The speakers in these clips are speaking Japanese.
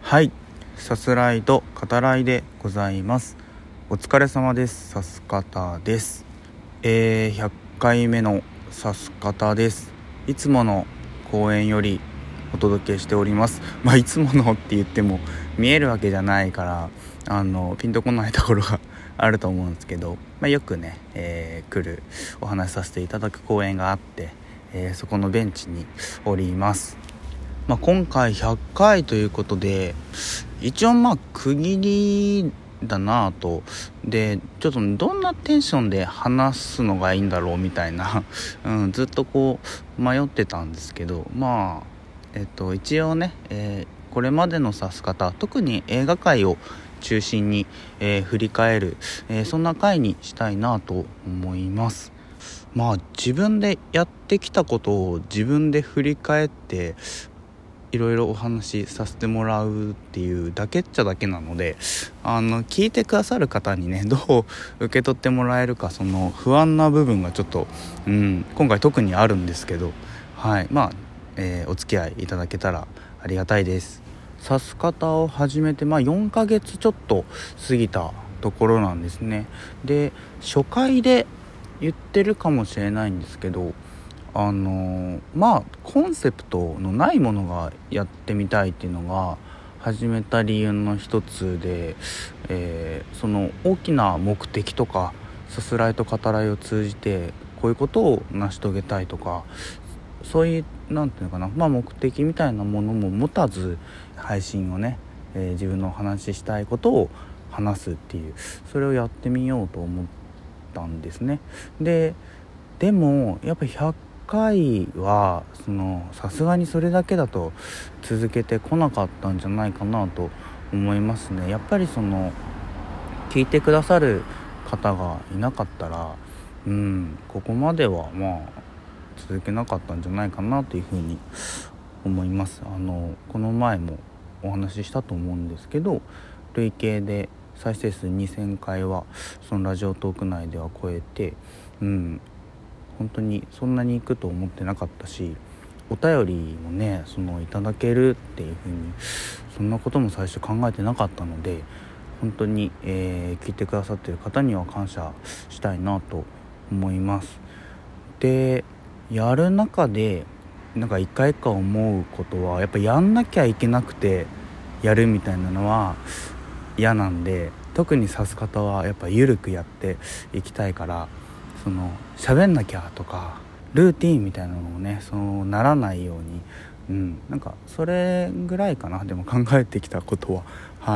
はい、さすらいと語らいでございます。お疲れ様です。さす方です。100回目のさす方です。いつもの公演よりお届けしております。いつものって言っても見えるわけじゃないからピンとこないところがあると思うんですけど、よくね、来るお話しさせていただく公演があって、そこのベンチにおります。今回100回ということで一応区切りだなぁと。でちょっとどんなテンションで話すのがいいんだろうみたいな、ずっと迷ってたんですけど、一応ね、これまでの指す方、特に映画界を中心に、振り返る、そんな回にしたいなと思います。自分でやってきたことを自分で振り返っていろいろお話しさせてもらうっていうだけっちゃだけなので、聞いてくださる方にね、どう受け取ってもらえるか、その不安な部分がちょっと、今回特にあるんですけど、はい、お付き合いいただけたらありがたいです。指す方を始めて4ヶ月ちょっと過ぎたところなんですね。で、初回で言ってるかもしれないんですけど、コンセプトのないものがやってみたいっていうのが始めた理由の一つで、その大きな目的とかさすらいと語らいを通じてこういうことを成し遂げたいとか、そういうなんていうのかな、目的みたいなものも持たず配信をね、自分のお話ししたいことを話すっていう、それをやってみようと思ったんですね。でもやっぱ100回はさすがにそれだけだと続けてこなかったんじゃないかなと思いますね。やっぱり聞いてくださる方がいなかったらここまでは続けなかったんじゃないかなというふうに思います。この前もお話ししたと思うんですけど、累計で再生数2000回はそのラジオトーク内では超えて、本当にそんなに行くと思ってなかったし、お便りもねいただけるっていう風にそんなことも最初考えてなかったので、本当に、聞いてくださっている方には感謝したいなと思います。で、やる中で一回一回思うことは、やっぱやんなきゃいけなくてやるみたいなのは嫌なんで、特に指す方はやっぱ緩くやっていきたいから、喋んなきゃとかルーティーンみたいなのもねならないように、それぐらいかな。でも考えてきたことは、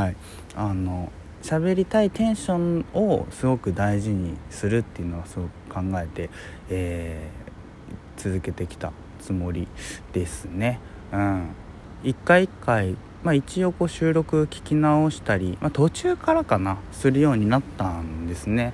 喋りたいテンションをすごく大事にするっていうのはすごく考えて、続けてきたつもりですね。一回一回一応収録聞き直したり、途中からかなするようになったんですね。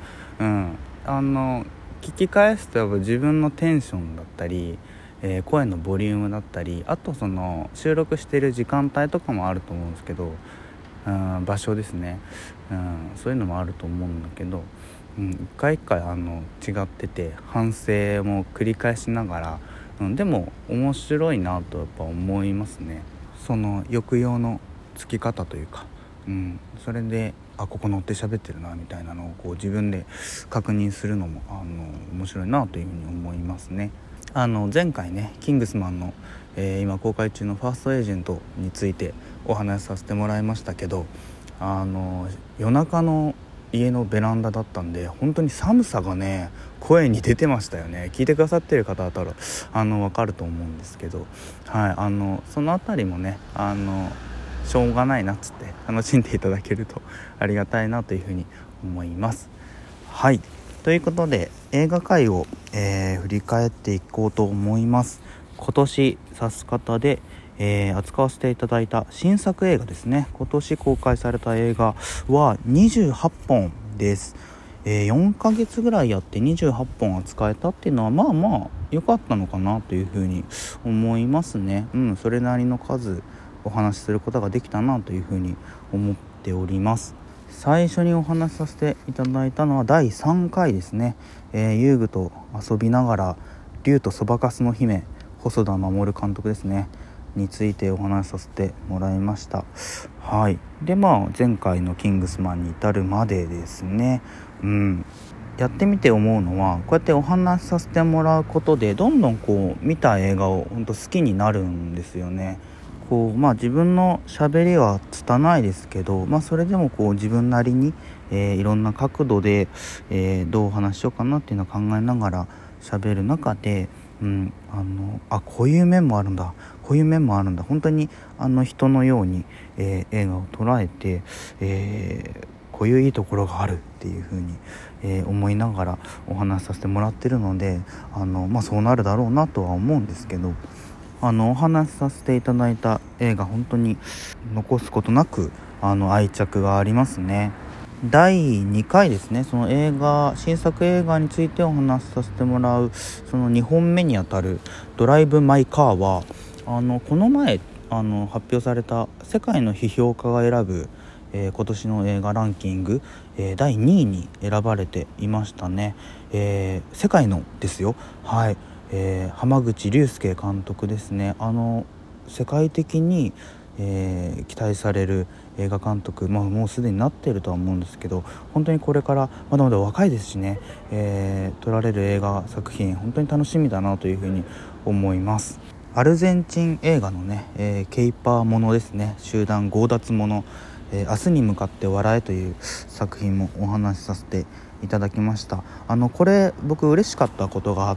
聞き返すと自分のテンションだったり、声のボリュームだったり、あと収録している時間帯とかもあると思うんですけど、場所ですね、そういうのもあると思うんだけど、一回一回違ってて反省も繰り返しながら、でも面白いなとやっぱ思いますね。その抑揚のつき方というか、それでここ乗って喋ってるなみたいなのを自分で確認するのも面白いなというふうに思いますね。前回ねキングスマンの、今公開中のファーストエージェントについてお話しさせてもらいましたけど、夜中の家のベランダだったんで、本当に寒さがね声に出てましたよね。聞いてくださってる方だったら分かると思うんですけど、そのあたりもねしょうがないなっつって楽しんでいただけるとありがたいなというふうに思います。はい、ということで映画界を、振り返っていこうと思います。今年指す方で、扱わせていただいた新作映画ですね。今年公開された映画は28本です。4ヶ月ぐらいやって28本扱えたっていうのは良かったのかなというふうに思いますね。それなりの数お話しすることができたなというふうに思っております。最初にお話しさせていただいたのは第3回ですね。遊具と遊びながら竜とそばかすの姫、細田守監督ですね。 についてお話しさせてもらいました。はい。で前回のキングスマンに至るまでですね、やってみて思うのは、こうやってお話しさせてもらうことでどんどん見た映画を本当好きになるんですよね。自分の喋りは拙いですけど、それでも自分なりに、いろんな角度で、どうお話しようかなっていうのを考えながら喋る中で、こういう面もあるんだ、こういう面もあるんだ、本当に人のように、映画を捉えて、こういういいところがあるっていう風に、思いながらお話しさせてもらってるので、そうなるだろうなとは思うんですけど、お話しさせていただいた映画、本当に残すことなく愛着がありますね。第2回ですね、その新作映画についてお話しさせてもらうその2本目にあたるドライブ・マイ・カーはこの前発表された世界の批評家が選ぶ、今年の映画ランキング、第2位に選ばれていましたね。世界のですよ。はい。濱口竜介監督ですね。世界的に、期待される映画監督、もうすでになっているとは思うんですけど、本当にこれからまだまだ若いですしね、撮られる映画作品本当に楽しみだなというふうに思います。アルゼンチン映画のね、ケイパーものですね、集団強奪もの、明日に向かって笑えという作品もお話しさせていただきました。これ僕嬉しかったことがあって、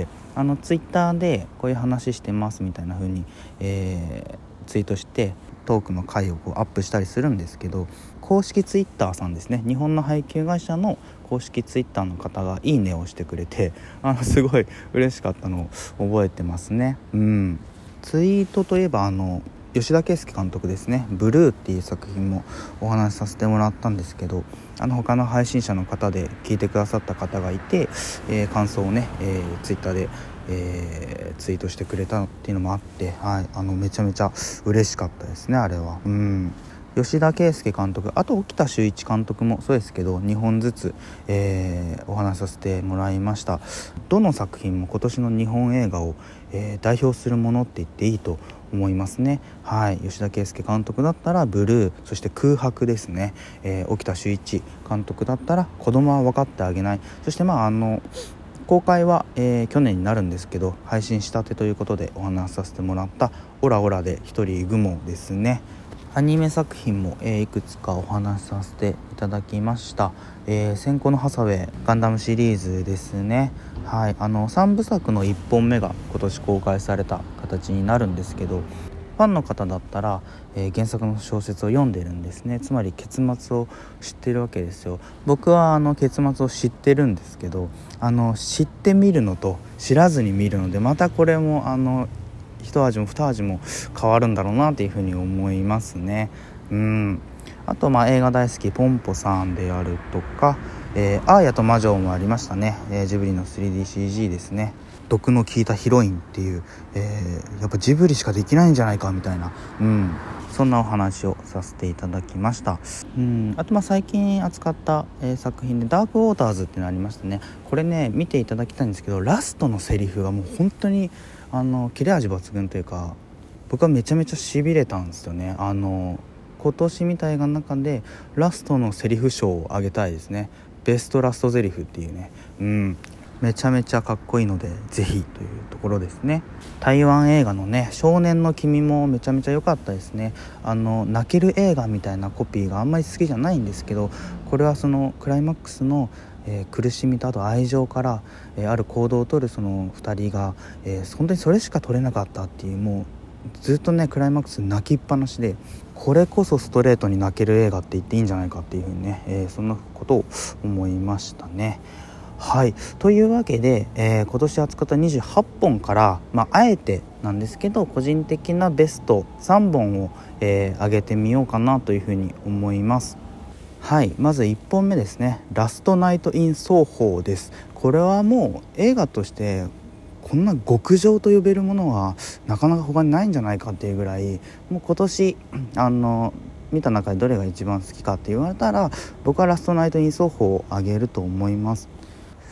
ツイッターでこういう話してますみたいな風に、ツイートしてトークの回をアップしたりするんですけど、公式ツイッターさんですね、日本の配給会社の公式ツイッターの方がいいねをしてくれて、すごい嬉しかったのを覚えてますね。ツイートといえば吉田圭佑監督ですね、ブルーっていう作品もお話しさせてもらったんですけど、他の配信者の方で聞いてくださった方がいて、感想をね、ツイッターで、ツイートしてくれたっていうのもあって、めちゃめちゃ嬉しかったですね、あれは。吉田圭佑監督、あと沖田修一監督もそうですけど、2本ずつ、お話しさせてもらいました。どの作品も今年の日本映画を、代表するものって言っていいと思いますね。吉田圭佑監督だったらブルー、そして空白ですね。沖田修一監督だったら子供は分かってあげない、そして公開は、去年になるんですけど、配信したてということでお話しさせてもらったオラオラで一人グモですね。アニメ作品も、いくつかお話しさせていただきました。先行のハサウェイガンダムシリーズですね。3部作の1本目が今年公開された形になるんですけど、ファンの方だったら、原作の小説を読んでるんですね。つまり結末を知ってるわけですよ。僕は結末を知ってるんですけど、知ってみるのと知らずに見るので、またこれも一味も二味も変わるんだろうなというふうに思いますね。あと映画大好きポンポさんであるとか、アーヤと魔女もありましたね。ジブリの 3DCG ですね。毒の効いたヒロインっていう、やっぱジブリしかできないんじゃないかみたいな、そんなお話をさせていただきました。あと最近扱った、作品でダークウォーターズっていうのありましたね。これね見ていただきたいんですけど、ラストのセリフがもう本当に切れ味抜群というか、僕はめちゃめちゃ痺れたんですよね。今年見た映画の中でラストのセリフ賞をあげたいですね。ベストラストセリフっていうね、めちゃめちゃかっこいいのでぜひというところですね。台湾映画のね少年の君もめちゃめちゃ良かったですね。泣ける映画みたいなコピーがあんまり好きじゃないんですけど、これはそのクライマックスの苦しみとあと愛情から、ある行動を取るその2人が、本当にそれしか取れなかったっていう、もうずっとねクライマックス泣きっぱなしで、これこそストレートに泣ける映画って言っていいんじゃないかっていうふうにね、そんなことを思いましたね。というわけで、今年扱った28本から、あえてなんですけど個人的なベスト3本を、上げてみようかなというふうに思います。まず1本目ですね、ラストナイトイン奏法です。これはもう映画としてこんな極上と呼べるものはなかなか他にないんじゃないかっていうぐらい、もう今年見た中でどれが一番好きかって言われたら、僕はラストナイトイン奏法を挙げると思います。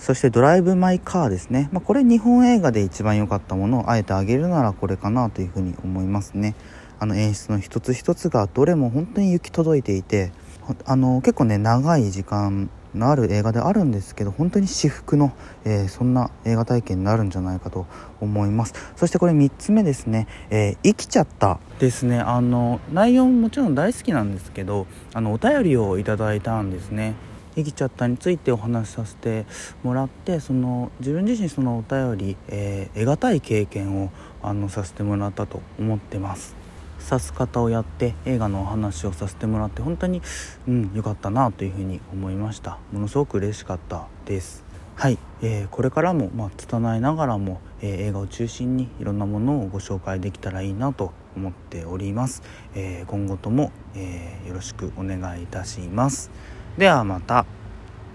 そしてドライブ・マイ・カーですね、これ日本映画で一番良かったものをあえてあげるならこれかなというふうに思いますね。演出の一つ一つがどれも本当に行き届いていて、結構ね長い時間のある映画であるんですけど、本当に至福の、そんな映画体験になるんじゃないかと思います。そしてこれ3つ目ですね、生きちゃったですね。内容ももちろん大好きなんですけど、お便りをいただいたんですね。生きちゃったについてお話しさせてもらって、自分自身そのお便り、得難い経験をさせてもらったと思ってます。指す方をやって映画のお話をさせてもらって本当に良かったなというふうに思いました。ものすごく嬉しかったです。はい、これからも拙いながらも、映画を中心にいろんなものをご紹介できたらいいなと思っております。今後とも、よろしくお願いいたします。ではまた。